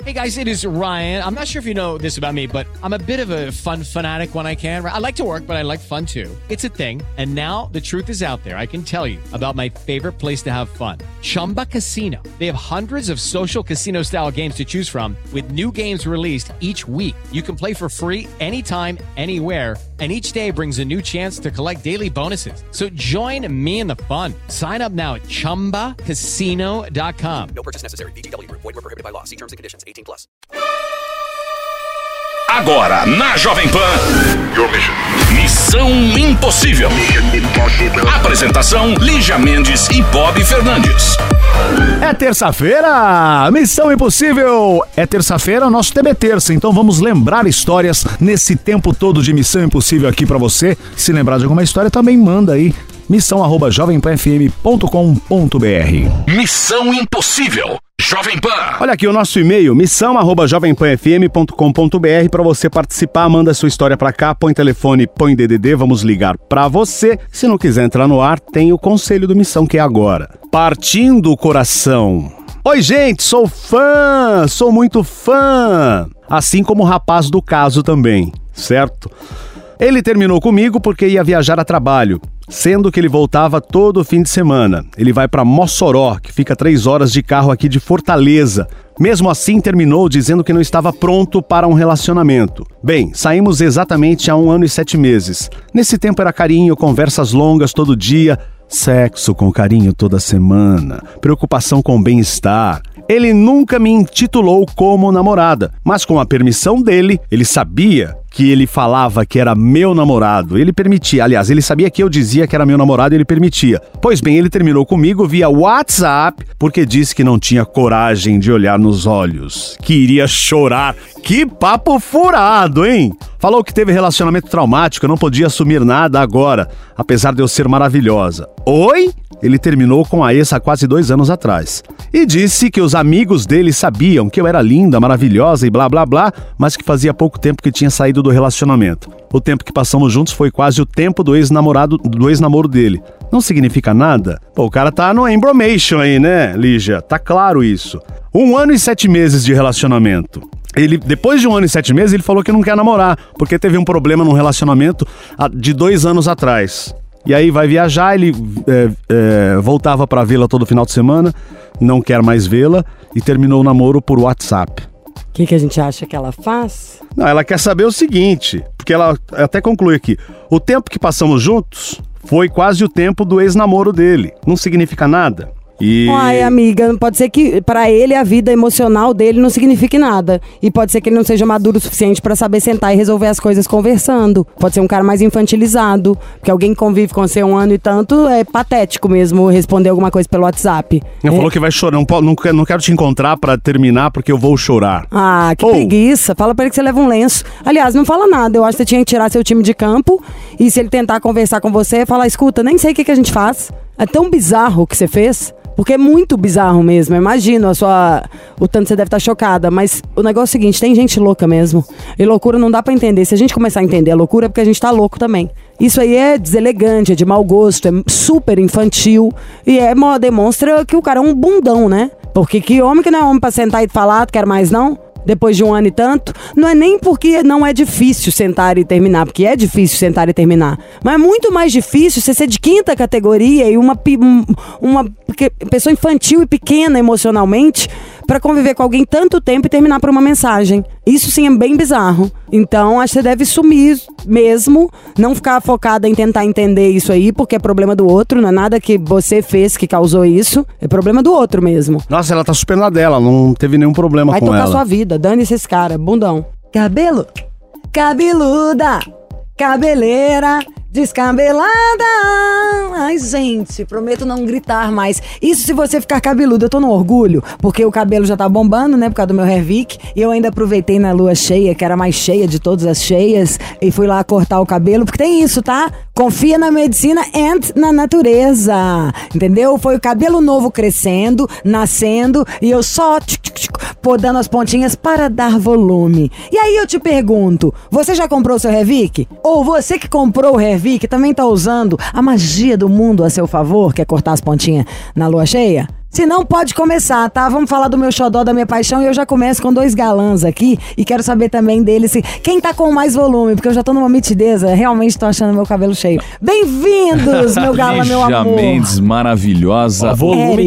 Hey guys, it is Ryan. I'm not sure if you know this about me, but I'm a bit of a fun fanatic when I can. I like to work, but I like fun too. It's a thing. And now the truth is out there. I can tell you about my favorite place to have fun. Chumba Casino. They have hundreds of social casino style games to choose from with new games released each week. You can play for free anytime, anywhere. And each day brings a new chance to collect daily bonuses. So join me in the fun. Sign up now at ChumbaCasino.com. No purchase necessary. VGW Group. Void where prohibited by law. See terms and conditions. 18+. Agora, na Jovem Pan. Missão Impossível. Apresentação, Lígia Mendes e Bob Fernandes. É terça-feira, Missão Impossível. É terça-feira, nosso tema é terça, então vamos lembrar histórias nesse tempo todo de Missão Impossível aqui pra você. Se lembrar de alguma história, também manda aí. missão@jovempanfm.com.br. Missão Impossível. Jovem Pan. Olha aqui o nosso e-mail, missão@jovempanfm.com.br. Para você participar, manda sua história pra cá, põe telefone, põe DDD, vamos ligar pra você. Se não quiser entrar no ar, tem o conselho do Missão, que é agora. Partindo o coração. Oi, gente, sou fã, sou muito fã. Assim como o rapaz do caso também, certo? Ele terminou comigo porque ia viajar a trabalho, sendo que ele voltava todo fim de semana. Ele vai para Mossoró, que fica 3 horas de carro aqui de Fortaleza. Mesmo assim, terminou dizendo que não estava pronto para um relacionamento. Bem, saímos exatamente há 1 ano e 7 meses. Nesse tempo era carinho, conversas longas todo dia, sexo com carinho toda semana, preocupação com o bem-estar. Ele nunca me intitulou como namorada, mas com a permissão dele, ele sabia que ele falava que era meu namorado. Ele permitia, aliás, ele sabia que eu dizia que era meu namorado e ele permitia. Pois bem, ele terminou comigo via WhatsApp porque disse que não tinha coragem de olhar nos olhos, que iria chorar. Que papo furado, hein? Falou que teve relacionamento traumático, não podia assumir nada agora, apesar de eu ser maravilhosa. Oi? Ele terminou com a ex há quase 2 anos atrás. E disse que os amigos dele sabiam que eu era linda, maravilhosa e blá blá blá, mas que fazia pouco tempo que tinha saído do relacionamento. O tempo que passamos juntos foi quase o tempo do ex-namoro dele. Não significa nada? Pô, o cara tá no embromation aí, né, Lígia? Tá claro isso. 1 ano e 7 meses de relacionamento. Depois de 1 ano e 7 meses, ele falou que não quer namorar, porque teve um problema num relacionamento de 2 anos atrás. E aí vai viajar, ele voltava pra vê-la todo final de semana, não quer mais vê-la e terminou o namoro por WhatsApp. O que a gente acha que ela faz? Não, ela quer saber o seguinte, porque ela até conclui aqui. O tempo que passamos juntos foi quase o tempo do ex-namoro dele. Não significa nada. Ai, amiga, pode ser que pra ele a vida emocional dele não signifique nada. E pode ser que ele não seja maduro o suficiente pra saber sentar e resolver as coisas conversando. Pode ser um cara mais infantilizado. Porque alguém que convive com você 1 ano e tanto é patético mesmo responder alguma coisa pelo WhatsApp. Ele falou que vai chorar. Não quero te encontrar pra terminar porque eu vou chorar. Ah, que preguiça. Fala pra ele que você leva um lenço. Aliás, não fala nada. Eu acho que você tinha que tirar seu time de campo. E se ele tentar conversar com você, falar, escuta, nem sei o que a gente faz. É tão bizarro o que você fez. Porque é muito bizarro mesmo, eu imagino o tanto que você deve estar chocada, mas o negócio é o seguinte, tem gente louca mesmo, e loucura não dá pra entender. Se a gente começar a entender a loucura é porque a gente tá louco também. Isso aí é deselegante, é de mau gosto, é super infantil, e demonstra que o cara é um bundão, né? Porque que homem que não é homem pra sentar e falar, quer mais não? Depois de 1 ano e tanto, não é nem porque não é difícil sentar e terminar, porque é difícil sentar e terminar, mas é muito mais difícil você ser de 5ª categoria e uma pessoa infantil e pequena emocionalmente pra conviver com alguém tanto tempo e terminar por uma mensagem. Isso sim é bem bizarro. Então acho que você deve sumir mesmo, não ficar focada em tentar entender isso aí, porque é problema do outro, não é nada que você fez que causou isso, é problema do outro mesmo. Nossa, ela tá super na dela, não teve nenhum problema com ela. Vai tocar sua vida, dane-se esse cara, bundão. Cabelo, cabeluda, cabeleira, descabelada. Ai, gente, prometo não gritar mais. Isso se você ficar cabeludo. Eu tô no orgulho, porque o cabelo já tá bombando, né, por causa do meu Hervik. E eu ainda aproveitei na lua cheia, que era a mais cheia de todas as cheias, e fui lá cortar o cabelo, porque tem isso, tá? Confia na medicina e na natureza, entendeu? Foi o cabelo novo crescendo, nascendo, e eu só podando as pontinhas para dar volume. E aí eu te pergunto, você já comprou o seu Hervik? Ou você que comprou o Hervik também tá usando a magia do mundo a seu favor, que é cortar as pontinhas na lua cheia? Se não, pode começar, tá? Vamos falar do meu xodó, da minha paixão, e eu já começo com 2 galãs aqui, e quero saber também deles quem tá com mais volume, porque eu já tô numa mitideza, realmente tô achando meu cabelo cheio. Bem-vindos, meu galã, meu Lígia amor. Mendes, maravilhosa. Volume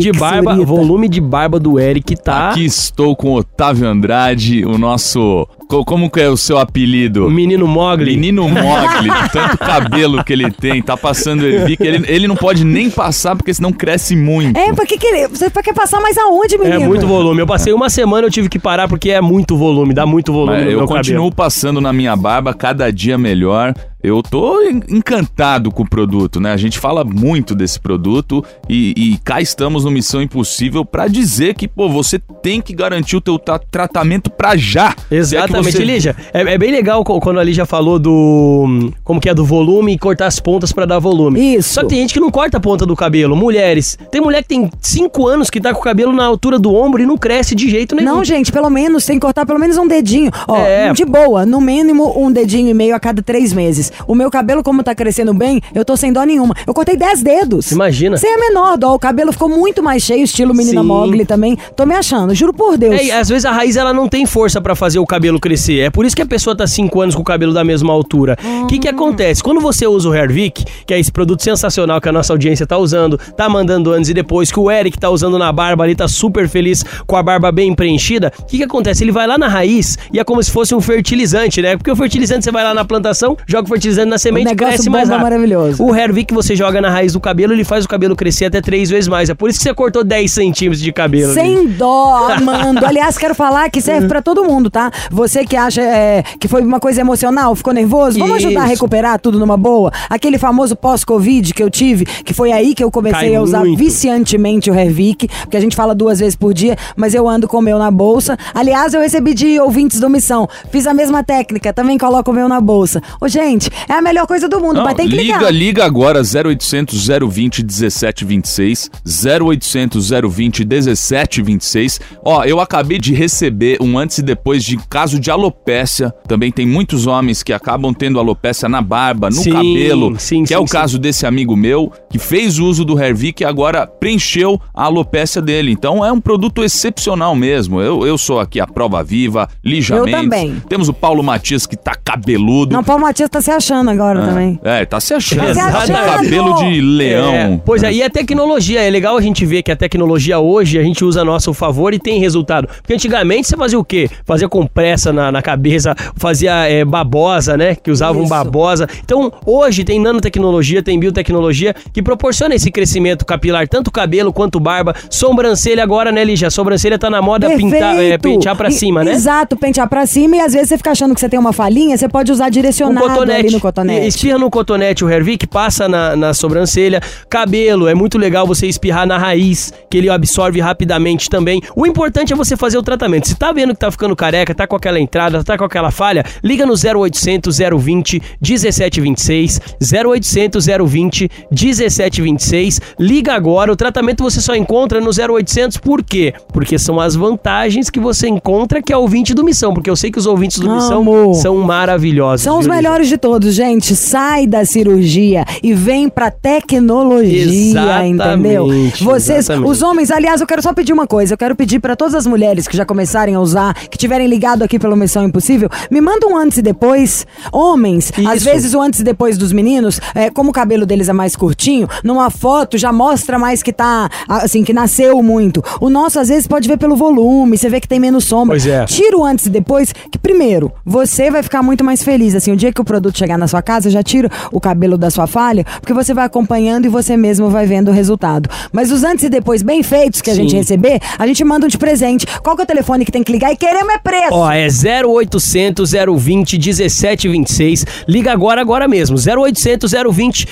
de barba do Eric tá... Aqui estou com Otávio Andrade, o nosso... Como que é o seu apelido? O Menino Mogli. Menino Mogli, tanto cabelo que ele tem, tá passando Hervic, ele não pode nem passar porque senão cresce muito. Pra que você quer passar mais aonde, menino? É muito volume. Eu passei uma semana, eu tive que parar porque é muito volume, dá muito volume no meu cabelo. Eu continuo passando na minha barba, cada dia melhor. Eu tô encantado com o produto, né? A gente fala muito desse produto e cá estamos no Missão Impossível pra dizer que, você tem que garantir o teu tratamento pra já. Exatamente, Lígia. É bem legal quando a Lígia falou do... Como que é? Do volume e cortar as pontas pra dar volume. Isso. Só que tem gente que não corta a ponta do cabelo. Mulheres. Tem mulher que tem 5 anos que tá com o cabelo na altura do ombro e não cresce de jeito nenhum. Não, gente, pelo menos tem que cortar pelo menos um dedinho. De boa, no mínimo 1,5 dedinho a cada 3 meses. O meu cabelo, como tá crescendo bem, eu tô sem dó nenhuma. Eu cortei 10 dedos. Imagina. Sem a menor dó. O cabelo ficou muito mais cheio, estilo Menina Mogli também. Tô me achando, juro por Deus. Às vezes a raiz ela não tem força pra fazer o cabelo crescer. É por isso que a pessoa tá 5 anos com o cabelo da mesma altura. O que acontece? Quando você usa o Hervic, que é esse produto sensacional que a nossa audiência tá usando, tá mandando antes e depois, que o Eric tá usando na barba ali, tá super feliz com a barba bem preenchida, o que acontece? Ele vai lá na raiz e é como se fosse um fertilizante, né? Porque o fertilizante você vai lá na plantação, joga o fertilizante na semente, cresce mais rápido. Maravilhoso. O Hervic você joga na raiz do cabelo, ele faz o cabelo crescer até 3 vezes mais. É por isso que você cortou 10 centímetros de cabelo. Sem dó, amando. Aliás, quero falar que serve pra todo mundo, tá? Você que acha que foi uma coisa emocional, ficou nervoso, vamos ajudar a recuperar tudo numa boa? Aquele famoso pós-Covid que eu tive, que foi aí que eu comecei a usar viciantemente o Hervic, porque a gente fala 2 vezes por dia, mas eu ando com o meu na bolsa. Aliás, eu recebi de ouvintes do Missão. Fiz a mesma técnica, também coloco o meu na bolsa. Gente, é a melhor coisa do mundo, mas tem que ligar. Liga agora, 0800 020 1726, 0800 020 1726. Eu acabei de receber um antes e depois de caso de alopécia. Também tem muitos homens que acabam tendo alopécia na barba, no cabelo, que é o caso desse amigo meu, que fez uso do Hervic e agora preencheu a alopécia dele. Então é um produto excepcional mesmo. Eu sou aqui a prova viva, Lígia Mendes. Também. Temos o Paulo Matias, que tá cabeludo. Não, o Paulo Matias tá se achando agora também. Tá se achando. Tá Cabelo de leão. Pois é, e a tecnologia, é legal a gente ver que a tecnologia hoje a gente usa a nosso favor e tem resultado. Porque antigamente você fazia o quê? Fazia compressa na cabeça, fazia babosa, né? Que usavam babosa. Então hoje tem nanotecnologia, tem biotecnologia que proporciona esse crescimento capilar, tanto cabelo quanto barba. Sobrancelha agora, né, Lígia? A sobrancelha tá na moda pentear pra cima, né? Exato, pentear pra cima, e às vezes você fica achando que você tem uma falhinha, você pode usar direcionado ali no cotonete. Espirra no cotonete o Hervic, passa na sobrancelha. Cabelo, é muito legal você espirrar na raiz, que ele absorve rapidamente também. O importante é você fazer o tratamento. Se tá vendo que tá ficando careca, tá com aquela entrada, tá com aquela falha, liga no 0800 020 1726, 0800 020 1726. Liga agora, o tratamento você só encontra no 0800, por quê? Porque são as vantagens que você encontra que é ouvinte do Missão, porque eu sei que os ouvintes do Missão são maravilhosos. São os melhores de todos, gente. Sai da cirurgia e vem pra tecnologia, entendeu? Vocês, os homens, aliás, eu quero só pedir uma coisa, eu quero pedir pra todas as mulheres que já começarem a usar, que tiverem ligado aqui pelo Missão Impossível, me manda um antes e depois. Homens, às vezes o antes e depois dos meninos, como o cabelo deles é mais curtinho, numa foto já mostra mais que tá, assim, que nasceu muito. O nosso, às vezes, pode ver pelo volume, você vê que tem menos sombra. Pois é. Tira o antes e depois, que primeiro, você vai ficar muito mais feliz, assim, o dia que o produto chegar na sua casa, já tira o cabelo da sua falha, porque você vai acompanhando e você mesmo vai vendo o resultado. Mas os antes e depois bem feitos que a gente receber, a gente manda um de presente. Qual que é o telefone que tem que ligar? E queremos é preço. É 0800 020 1726. Liga agora mesmo. 0800 020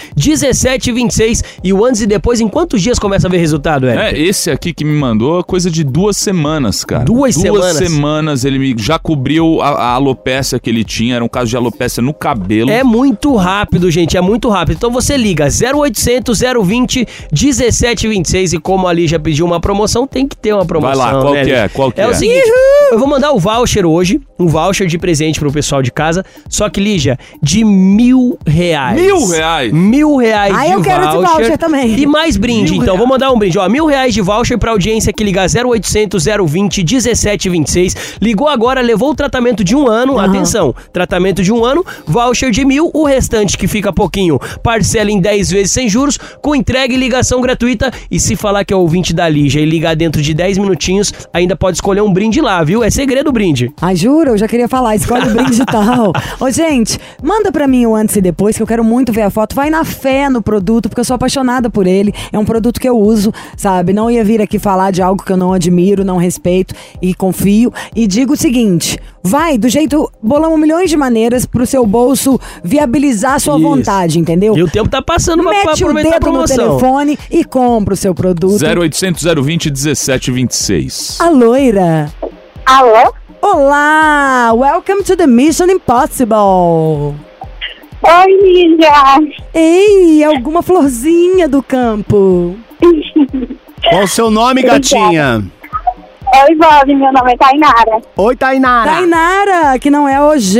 1726. E o antes e depois, em quantos dias começa a ver resultado, Eric? Esse aqui que me mandou coisa de 2 semanas, cara. 2 semanas? 2 semanas, ele já cobriu a alopécia que ele tinha. Era um caso de alopécia no cabelo. cabelo. É muito rápido, gente, é muito rápido. Então você liga 0800 020 1726 e como a Lígia pediu uma promoção, tem que ter uma promoção. Vai lá, qual que é? É o seguinte, eu vou mandar o voucher hoje, um voucher de presente pro pessoal de casa, só que, Lígia, de R$1.000. R$1.000? R$1.000 de eu quero esse voucher também. E mais brinde, então. Vou mandar um brinde, ó. R$1.000 de voucher pra audiência que ligar 0800 020 1726. Ligou agora, levou o tratamento de 1 ano. Atenção, tratamento de 1 ano, voucher de 1.000. O restante, que fica pouquinho, parcela em 10 vezes sem juros, com entrega e ligação gratuita. E se falar que é ouvinte da Lígia e ligar dentro de 10 minutinhos, ainda pode escolher um brinde lá, viu? É segredo o brinde. Ai, juro, eu já queria falar, escolhe o brinde e tal. Ô, gente, manda pra mim o antes e depois, que eu quero muito ver a foto. Vai na fé no produto, porque eu sou apaixonada por ele. É um produto que eu uso, sabe? Não ia vir aqui falar de algo que eu não admiro, não respeito e confio. E digo o seguinte, vai do jeito... Bolamos milhões de maneiras pro seu bolso viabilizar a sua vontade, entendeu? E o tempo tá passando pra Mete o aproveitar a dedo no promoção. telefone e compra o seu produto. 0800 020 1726. A loira. Alô? Olá! Welcome to the Mission Impossible. Oi, Lígia. Ei, alguma florzinha do campo. Qual o seu nome, gatinha? Oi, Bob, meu nome é Tainara. Oi, Tainara. Tainara, que não é OG.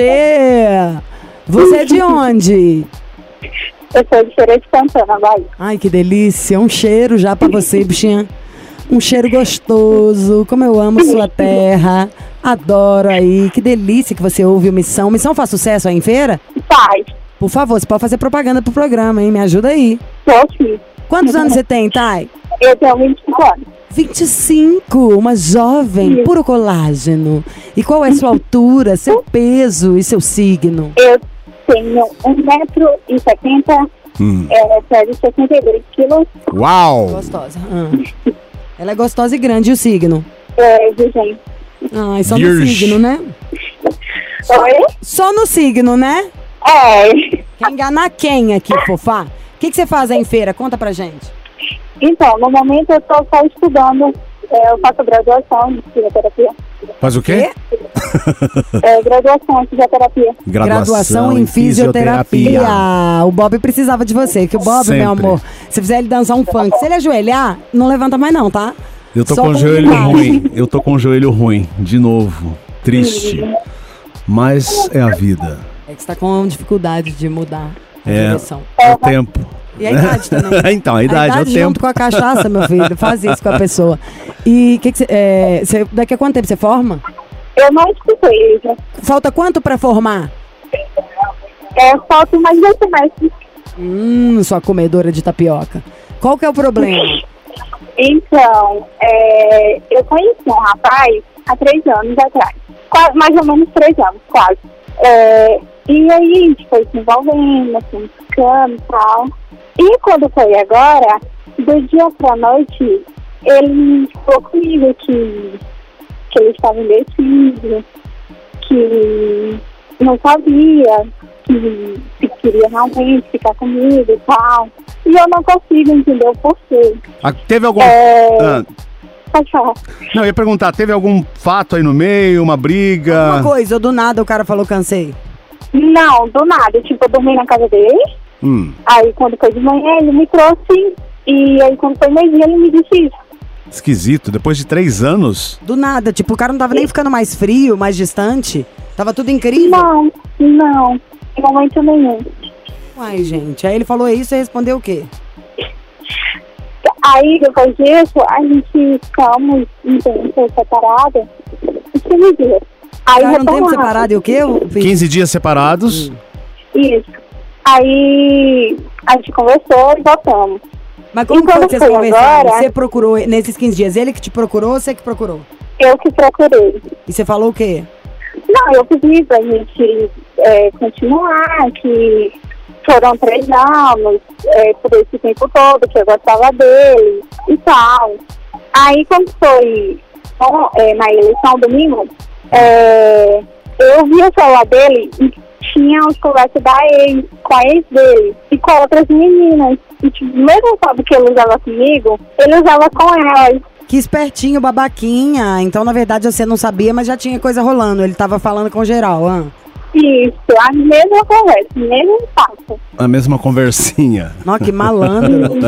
Você é de onde? Eu sou de Feira de Santana, Bahia. Ai, que delícia. Um cheiro já pra você, bichinha. Um cheiro gostoso. Como eu amo sua terra. Adoro aí. Que delícia que você ouve o Missão. Missão faz sucesso aí em feira? Faz. Por favor, você pode fazer propaganda pro programa, hein? Me ajuda aí. Sou sim. Quantos anos você tem, Thay? Eu tenho 25 anos. 25, uma jovem, puro colágeno. E qual é sua altura, seu peso e seu signo? Eu tenho 1,70 m, peso 62 quilos. Uau! Gostosa. Ela é gostosa e grande. E o signo? Virgem. Ai, só no Virgem. signo, né? Oi? Só no signo, né? Quer enganar quem aqui, fofá? O que você faz aí em feira? Conta pra gente. Então, no momento eu tô só estudando. Eu faço graduação em fisioterapia. Faz o quê? Graduação em fisioterapia. Graduação em fisioterapia. O Bob precisava de você, que o Bob, Sempre. meu amor, se fizer ele dançar um funk, se ele ajoelhar, não levanta mais não, tá? Eu tô Só com o com joelho vontade. ruim. Eu tô com o joelho ruim, de novo. Triste. Mas é a vida. É que você tá com dificuldade de mudar a É, direção. é o tempo. E a idade também. Então, a idade é o junto tempo. com a cachaça, meu filho. Faz isso com a pessoa. E você, daqui a quanto tempo você forma? Eu não escutei, Lígia. Falta quanto pra formar? Falta mais 2 semestres. Sua comedora de tapioca. Qual que é o problema? Então, eu conheci um rapaz há 3 anos atrás. Mais ou menos 3 anos, quase. E aí a gente foi se envolvendo, assim, ficando e tal. E quando foi agora, do dia pra noite, ele falou comigo que ele estava indeciso, que não sabia que se queria realmente ficar comigo e tal. E eu não consigo entender o porquê. Teve algum... Pode falar. Não, eu ia perguntar, teve algum fato aí no meio, uma briga? Uma coisa, ou do nada o cara falou cansei? Não, do nada. Tipo, eu dormi na casa dele. Aí quando foi de manhã ele me trouxe. E aí quando foi meio-dia ele me disse isso. Esquisito, depois de 3 anos? Do nada, tipo, o cara não tava nem ficando mais frio, mais distante? Tava tudo incrível? Não, em momento nenhum. Uai, gente, aí ele falou isso e respondeu o quê? Aí depois disso, a gente ficamos um tempo separada. 15 dias. Aí Ficaram um tempo retomamos. separado e o quê? 15 dias separados? Isso. Aí a gente conversou e voltamos. Mas como E foi quando que vocês foi conversaram? agora- Você procurou nesses 15 dias? Ele que te procurou ou você que procurou? Eu que procurei. E você falou o quê? Não, eu pedi pra gente continuar, que foram 3 anos, por esse tempo todo, que eu gostava dele e tal. Aí quando foi na eleição domingo, eu vi o celular dele e tinha as conversas da ex, com a ex dele e com outras meninas. E tipo, mesmo sabe que ele usava comigo, ele usava com elas. Que espertinho, babaquinha. Então, na verdade, você não sabia, mas já tinha coisa rolando. Ele tava falando com geral, Isso, a mesma conversa, mesmo papo. A mesma conversinha. Nossa, que malandro.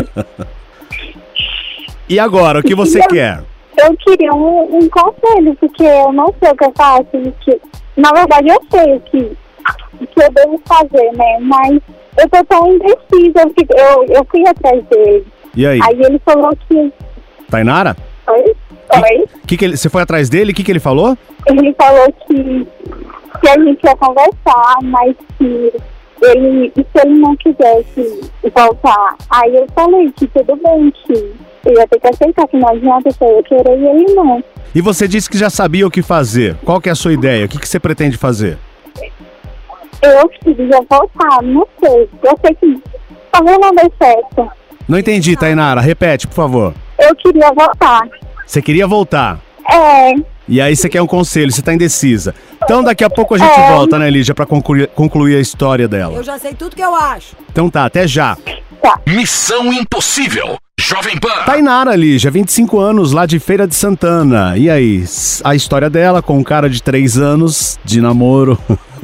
E agora, o que você quer? Eu queria um conselho, porque eu não sei o que eu faço. Porque, na verdade, eu sei o que eu devo fazer, né? Mas eu tô tão indecisa. Eu fui atrás dele. E aí? Aí ele falou que... Tainara? Oi? Você foi atrás dele? O que ele falou? Ele falou que a gente ia conversar, mas que se ele não quisesse voltar. Aí eu falei que tudo bem, que eu ia ter que aceitar, que não adianta só eu querer e ele não. E você disse que já sabia o que fazer. Qual que é a sua ideia? O que você pretende fazer? Eu queria voltar, não sei. Eu sei que talvez não dê certo. Não entendi, Tainara. Repete, por favor. Eu queria voltar. Você queria voltar? É. E aí você quer um conselho, você tá indecisa. Então daqui a pouco a gente volta, né, Lígia, pra concluir a história dela. Eu já sei tudo que eu acho. Então tá, até já. Missão Impossível. Jovem Pan. Tainara, Lígia, 25 anos, lá de Feira de Santana. E aí, a história dela com um cara de 3 anos de namoro.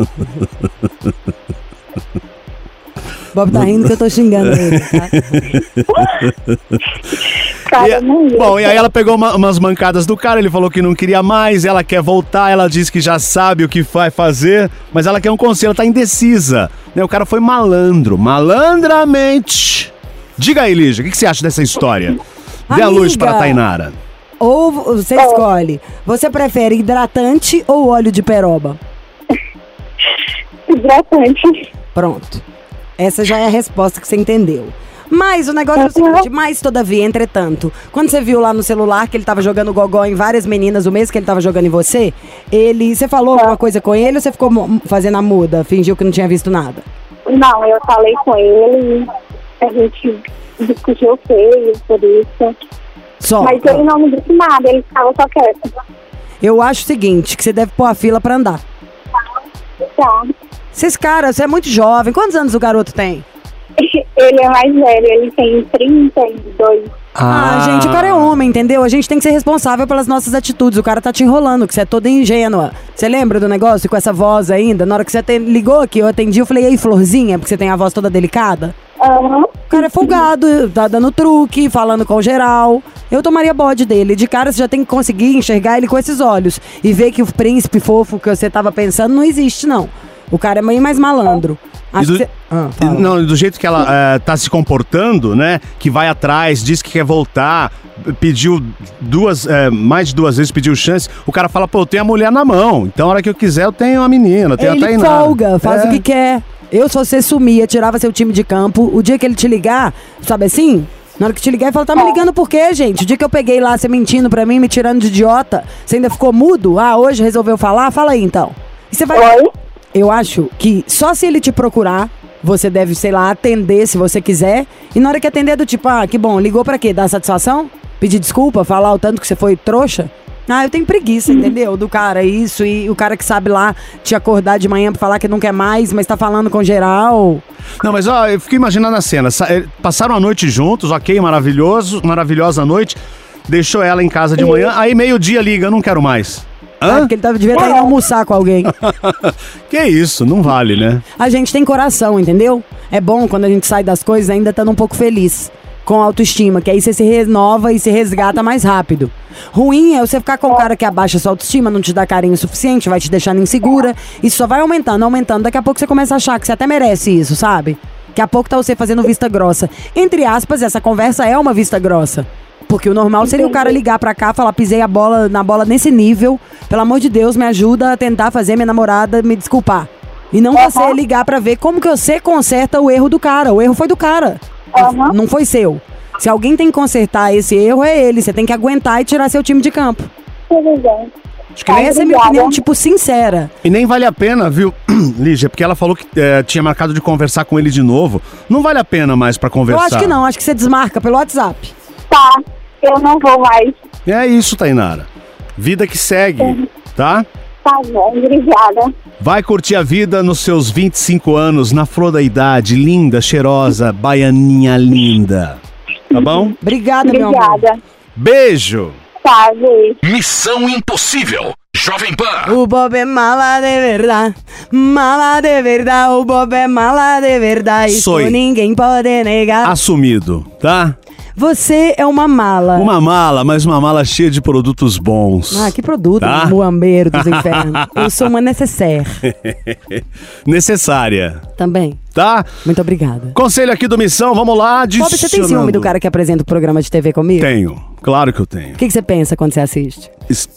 Bob tá rindo que eu tô xingando ele, tá? Bom, e aí ela pegou umas mancadas do cara, ele falou que não queria mais, ela quer voltar, ela disse que já sabe o que vai fazer, mas ela quer um conselho, ela tá indecisa. Né? O cara foi malandramente. Diga aí, Lígia, o que você acha dessa história? Dê a luz para a Tainara. Ou você escolhe, você prefere hidratante ou óleo de peroba? Hidratante. Pronto. Essa já é a resposta que você entendeu. Mas o negócio é o seguinte, mas todavia, entretanto, quando você viu lá no celular que ele tava jogando gogó em várias meninas o mês que ele tava jogando em você, você falou alguma coisa com ele ou você ficou fazendo a muda, fingiu que não tinha visto nada? Não, eu falei com ele, a gente discutiu feio por isso. Mas ele não me disse nada, ele ficava só quieto. Eu acho o seguinte, que você deve pôr a fila pra andar. Tá. Esses caras, você é muito jovem. Quantos anos o garoto tem? Ele é mais velho, ele tem 32. Gente, o cara é homem, entendeu? A gente tem que ser responsável pelas nossas atitudes. O cara tá te enrolando, que você é toda ingênua. Você lembra do negócio com essa voz ainda? Na hora que você ligou aqui, eu atendi, eu falei, ei, florzinha, porque você tem a voz toda delicada. O cara é folgado, tá dando truque, falando com geral. Eu tomaria bode dele. De cara, você já tem que conseguir enxergar ele com esses olhos. E ver que o príncipe fofo que você tava pensando não existe, não. O cara é meio mais malandro. Do jeito que ela tá se comportando, né? Que vai atrás, diz que quer voltar, pediu mais de 2 vezes, pediu chance. O cara fala, pô, eu tenho a mulher na mão. Então, a hora que eu quiser, eu tenho a menina, eu tenho a Tainara. Ele folga, faz o que quer. Eu, se você sumia, tirava seu time de campo, o dia que ele te ligar, sabe assim? Na hora que te ligar, ele fala, tá me ligando por quê, gente? O dia que eu peguei lá, você mentindo pra mim, me tirando de idiota, você ainda ficou mudo? Hoje resolveu falar? Fala aí, então. E você vai... Eu acho que só se ele te procurar, você deve, sei lá, atender se você quiser. E na hora que atender, do tipo, que bom, ligou pra quê? Dar satisfação? Pedir desculpa? Falar o tanto que você foi trouxa? Eu tenho preguiça, entendeu? Do cara, isso. E o cara que sabe lá te acordar de manhã pra falar que não quer mais, mas tá falando com geral. Não, mas eu fico imaginando a cena. Passaram a noite juntos, ok, maravilhosa noite. Deixou ela em casa de manhã, aí meio-dia liga, eu não quero mais. Porque ele devia estar indo almoçar com alguém. Que isso, não vale, né? A gente tem coração, entendeu? É bom quando a gente sai das coisas ainda estando um pouco feliz. Com autoestima, que aí você se renova e se resgata mais rápido. Ruim é você ficar com um cara que abaixa sua autoestima, não te dá carinho suficiente, vai te deixando insegura. Isso só vai aumentando. Daqui a pouco você começa a achar que você até merece isso, sabe? Daqui a pouco tá você fazendo vista grossa. Entre aspas, essa conversa é uma vista grossa. Porque o normal seria o cara ligar pra cá, falar, pisei na bola nesse nível, pelo amor de Deus, me ajuda a tentar fazer minha namorada me desculpar. E não você ligar pra ver como que você conserta o erro do cara. O erro foi do cara, não foi seu. Se alguém tem que consertar esse erro, é ele. Você tem que aguentar e tirar seu time de campo. Acho que essa é a minha opinião, tipo, sincera. E nem vale a pena, viu, Lígia? Porque ela falou que tinha marcado de conversar com ele de novo. Não vale a pena mais pra conversar. Eu acho que não, acho que você desmarca pelo WhatsApp. Tá, eu não vou mais. É isso, Tainara. Vida que segue, tá? Tá bom, obrigada. Vai curtir a vida nos seus 25 anos, na flor da idade, linda, cheirosa, baianinha linda. Tá bom? Obrigada, meu amor. Obrigada. Beijo. Tá, beijo. Missão Impossível. Jovem Pan. O Bob é mala de verdade, o Bob é mala de verdade. Isso Soy. ninguém pode negar. Assumido, tá? Você é uma mala. Uma mala, mas uma mala cheia de produtos bons. Ah, que produto, Tá? muambeiro dos infernos. Eu sou uma necessaire Necessária, também. tá? Muito obrigada. Conselho aqui do Missão, vamos lá, Bob, você tem ciúme do cara que apresenta o programa de TV comigo? Tenho, claro que eu tenho. O que você pensa quando você assiste?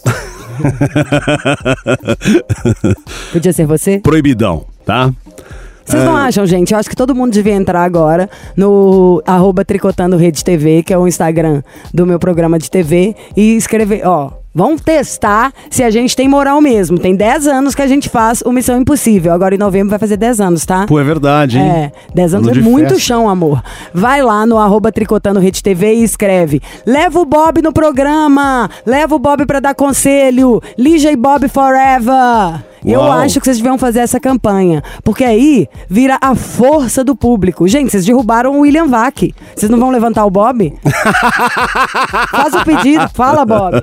Podia ser você? Proibidão, tá? Vocês não acham, gente? Eu acho que todo mundo devia entrar agora no @tricotando_rede_tv, que é o Instagram do meu programa de TV, e escrever, ó, vamos testar se a gente tem moral mesmo. Tem 10 anos que a gente faz o Missão Impossível. Agora em novembro vai fazer 10 anos, tá? Pô, é verdade, hein? É, 10 anos Ano é de muito festa. chão, amor. Vai lá no @tricotando_rede_tv e escreve: leva o Bob no programa, leva o Bob pra dar conselho, Lígia e Bob forever. Eu Uau. acho que vocês deviam fazer essa campanha, porque aí vira a força do público. Gente, vocês derrubaram o William Vac. Vocês não vão levantar o Bob? Faz o pedido, fala, Bob.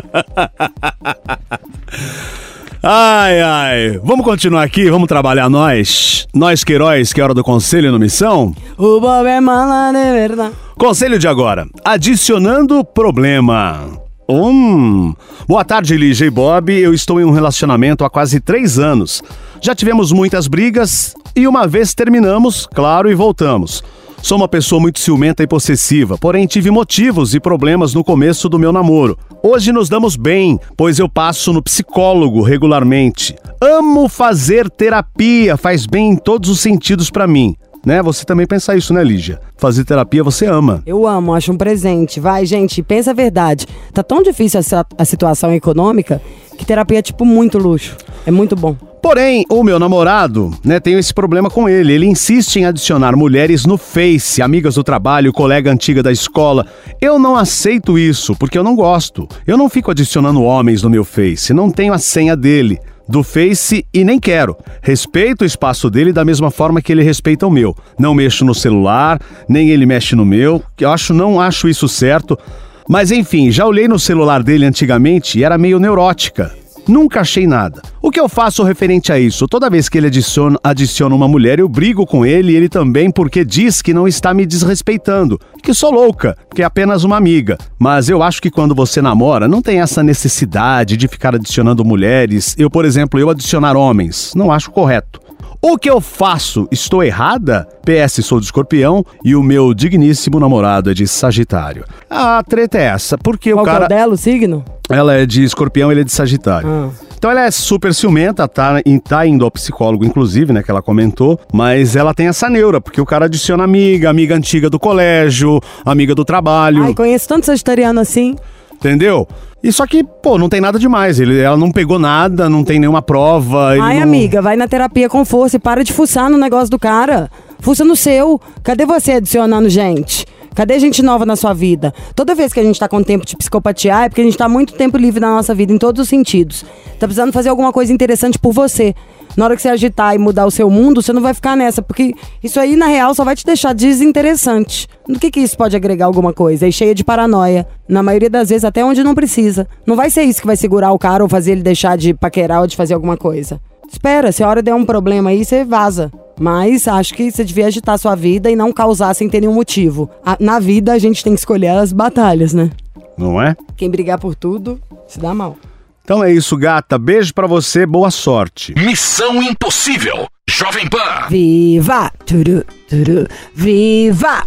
Ai. Vamos continuar aqui, vamos trabalhar nós. Nós Queiroz, que é hora do conselho no Missão. O Bob é mala de verdade. Conselho de agora. Adicionando problema. Boa tarde, Lígia e Bob. Eu estou em um relacionamento há quase 3 anos. Já tivemos muitas brigas e uma vez terminamos, claro, e voltamos. Sou uma pessoa muito ciumenta e possessiva, porém tive motivos e problemas no começo do meu namoro. Hoje nos damos bem, pois eu passo no psicólogo regularmente. Amo fazer terapia, faz bem em todos os sentidos pra mim. Né? Você também pensa isso, né, Lígia? Fazer terapia você ama. Eu amo, acho um presente. Vai, gente, pensa a verdade. Tá tão difícil a situação econômica que terapia é tipo muito luxo. É muito bom. Porém, o meu namorado, né, tem esse problema com ele. Ele insiste em adicionar mulheres no Face, amigas do trabalho, colega antiga da escola. Eu não aceito isso, porque eu não gosto. Eu não fico adicionando homens no meu Face, não tenho a senha dele, do Face, e nem quero. Respeito o espaço dele da mesma forma que ele respeita o meu. Não mexo no celular, nem ele mexe no meu. Não acho isso certo. Mas enfim, já olhei no celular dele antigamente e era meio neurótica. Nunca achei nada. O que eu faço referente a isso? Toda vez que ele adiciona uma mulher, eu brigo com ele e ele também, porque diz que não está me desrespeitando, que sou louca, que é apenas uma amiga. Mas eu acho que quando você namora, não tem essa necessidade de ficar adicionando mulheres. Por exemplo, adicionar homens. Não acho correto. O que eu faço? Estou errada? PS, sou de Escorpião e o meu digníssimo namorado é de Sagitário. A treta é essa, porque Qual o cara... que é o dela, o signo? Ela é de Escorpião, ele é de Sagitário. Então ela é super ciumenta, tá indo ao psicólogo, inclusive, né, que ela comentou, mas ela tem essa neura, porque o cara adiciona amiga antiga do colégio, amiga do trabalho. Ai, conheço tanto sagitariano assim. Entendeu? E só que, não tem nada demais. Ela não pegou nada, não tem nenhuma prova. Amiga, vai na terapia com força e para de fuçar no negócio do cara. Fuça no seu. Cadê você adicionando gente? Cadê gente nova na sua vida? Toda vez que a gente tá com tempo de psicopatear é porque a gente tá muito tempo livre na nossa vida, em todos os sentidos. Tá precisando fazer alguma coisa interessante por você. Na hora que você agitar e mudar o seu mundo, você não vai ficar nessa, porque isso aí, na real, só vai te deixar desinteressante. No que isso pode agregar alguma coisa? E cheia de paranoia. Na maioria das vezes, até onde não precisa. Não vai ser isso que vai segurar o cara ou fazer ele deixar de paquerar ou de fazer alguma coisa. Espera, se a hora der um problema aí, você vaza. Mas acho que você devia agitar a sua vida e não causar sem ter nenhum motivo. Na vida, a gente tem que escolher as batalhas, né? Não é? Quem brigar por tudo, se dá mal. Então é isso, gata. Beijo pra você, boa sorte. Missão Impossível. Jovem Pan. Viva! Turu, turu, viva!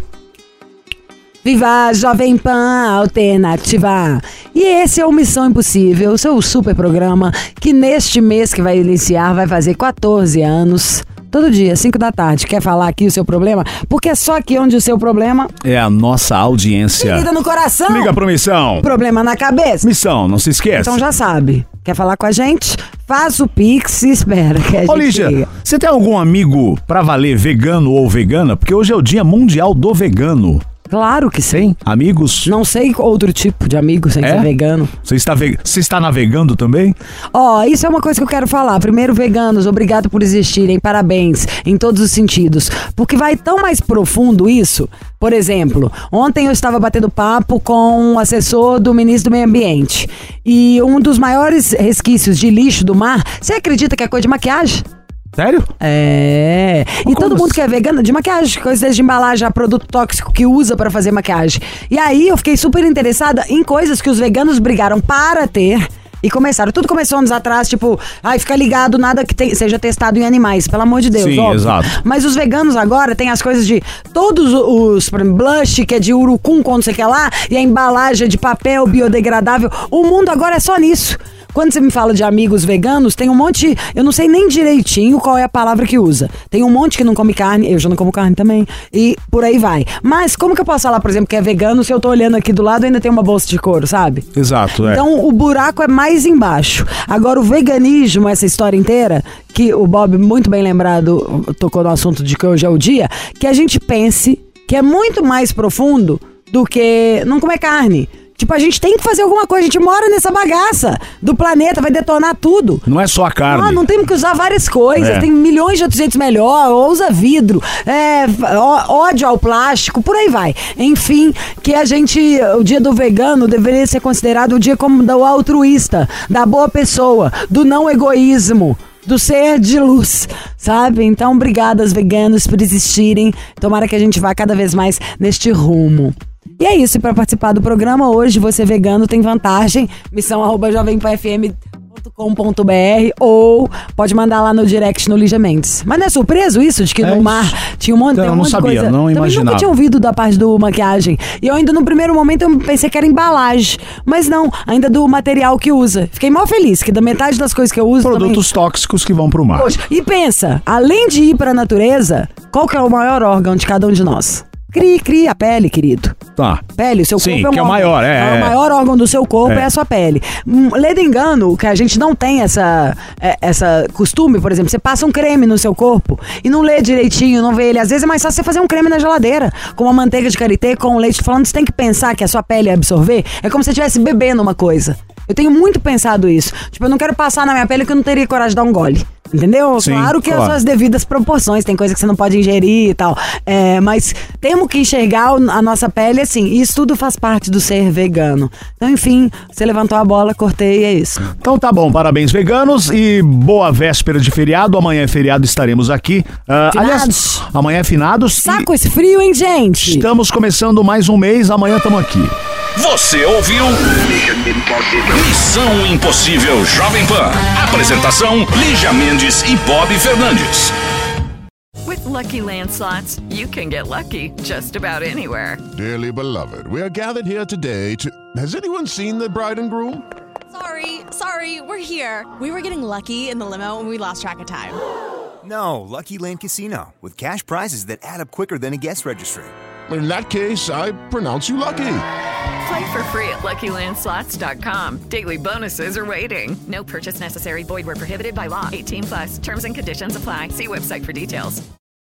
Viva Jovem Pan Alternativa! E esse é o Missão Impossível, o seu super programa que neste mês que vai iniciar vai fazer 14 anos. Todo dia, 5 da tarde. Quer falar aqui o seu problema? Porque é só aqui onde o seu problema é a nossa audiência. Liga no coração. Liga pro Missão. Problema na cabeça. Missão, não se esqueça. Então já sabe. Quer falar com a gente? Faz o Pix e espera que a gente Lígia, liga. você tem algum amigo pra valer vegano ou vegana? Porque hoje é o Dia Mundial do Vegano. Claro que sim. Tem? Amigos? Não sei outro tipo de amigo sem ser vegano. Você está navegando também? Isso é uma coisa que eu quero falar. Primeiro, veganos, obrigado por existirem, parabéns, em todos os sentidos. Porque vai tão mais profundo isso. Por exemplo, ontem eu estava batendo papo com um assessor do ministro do Meio Ambiente. E um dos maiores resquícios de lixo do mar, você acredita que é coisa de maquiagem? Sério? E todo mundo que é vegano, de maquiagem, coisas de embalagem, produto tóxico que usa pra fazer maquiagem. E aí eu fiquei super interessada em coisas que os veganos brigaram para ter e começaram. Tudo começou anos atrás, tipo, fica ligado, nada que seja testado em animais, pelo amor de Deus. Sim, óbvio. Exato. Mas os veganos agora têm as coisas de todos os por exemplo, blush, que é de urucum, quando você quer lá, e a embalagem de papel biodegradável. O mundo agora é só nisso. Quando você me fala de amigos veganos, tem um monte, eu não sei nem direitinho qual é a palavra que usa. Tem um monte que não come carne, eu já não como carne também, e por aí vai. Mas como que eu posso falar, por exemplo, que é vegano se eu tô olhando aqui do lado e ainda tem uma bolsa de couro, sabe? Exato, Então o buraco é mais embaixo. Agora o veganismo, essa história inteira, que o Bob, muito bem lembrado, tocou no assunto de que hoje é o dia, que a gente pense que é muito mais profundo do que não comer carne. Tipo, a gente tem que fazer alguma coisa, a gente mora nessa bagaça do planeta, vai detonar tudo. Não é só a carne. Não temos que usar várias coisas, tem milhões de outros jeitos melhor, ou usa vidro, ódio ao plástico, por aí vai. Enfim, que o dia do vegano deveria ser considerado o dia como do altruísta, da boa pessoa, do não egoísmo, do ser de luz, sabe? Então, obrigadas, veganos, por existirem. Tomara que a gente vá cada vez mais neste rumo. E é isso, e para participar do programa hoje, você vegano tem vantagem, missão@jovempanfm.com.br ou pode mandar lá no direct no Lígia Mendes. Mas não é surpreso isso, de que no mar tinha um monte, então, tem um não monte sabia, de coisa. não Também imaginava. nunca tinha ouvido da parte do maquiagem. E eu ainda no primeiro momento eu pensei que era embalagem, mas não, ainda do material que usa. Fiquei mal feliz, que da metade das coisas que eu uso Produtos tóxicos que vão pro mar. Poxa, e pensa, além de ir pra natureza, qual que é o maior órgão de cada um de nós? Cria a pele, querido. Tá. Pele, o seu Sim, corpo que é o maior, o maior órgão do seu corpo é a sua pele. Lendo engano, que a gente não tem essa costume, por exemplo, você passa um creme no seu corpo e não lê direitinho, não vê ele. Às vezes é mais fácil você fazer um creme na geladeira, com uma manteiga de karité, com leite. Falando, você tem que pensar que a sua pele absorver, é como se você estivesse bebendo uma coisa. Eu tenho muito pensado isso. Tipo, eu não quero passar na minha pele que eu não teria coragem de dar um gole. Entendeu? Sim, claro que as suas devidas proporções, tem coisa que você não pode ingerir e tal. Mas temos que enxergar a nossa pele assim. E isso tudo faz parte do ser vegano. Então, enfim, você levantou a bola, cortei e é isso. Então tá bom, parabéns veganos e boa véspera de feriado. Amanhã é feriado, estaremos aqui. Aliás, amanhã é finados. Saco esse frio, hein, gente? Estamos começando mais um mês, amanhã estamos aqui. Você ouviu? Missão Impossível Jovem Pan. Apresentação: Lígia Mendes e Bob Fernandes. With Lucky Land Slots, you can get lucky just about anywhere. Dearly beloved, we are gathered here today to... Has anyone seen the bride and groom? Sorry, we're here. We were getting lucky in the limo and we lost track of time. No, Lucky Land Casino, with cash prizes that add up quicker than a guest registry. In that case, I pronounce you lucky. Play for free at LuckyLandSlots.com. Daily bonuses are waiting. No purchase necessary. Void where prohibited by law. 18+. Terms and conditions apply. See website for details.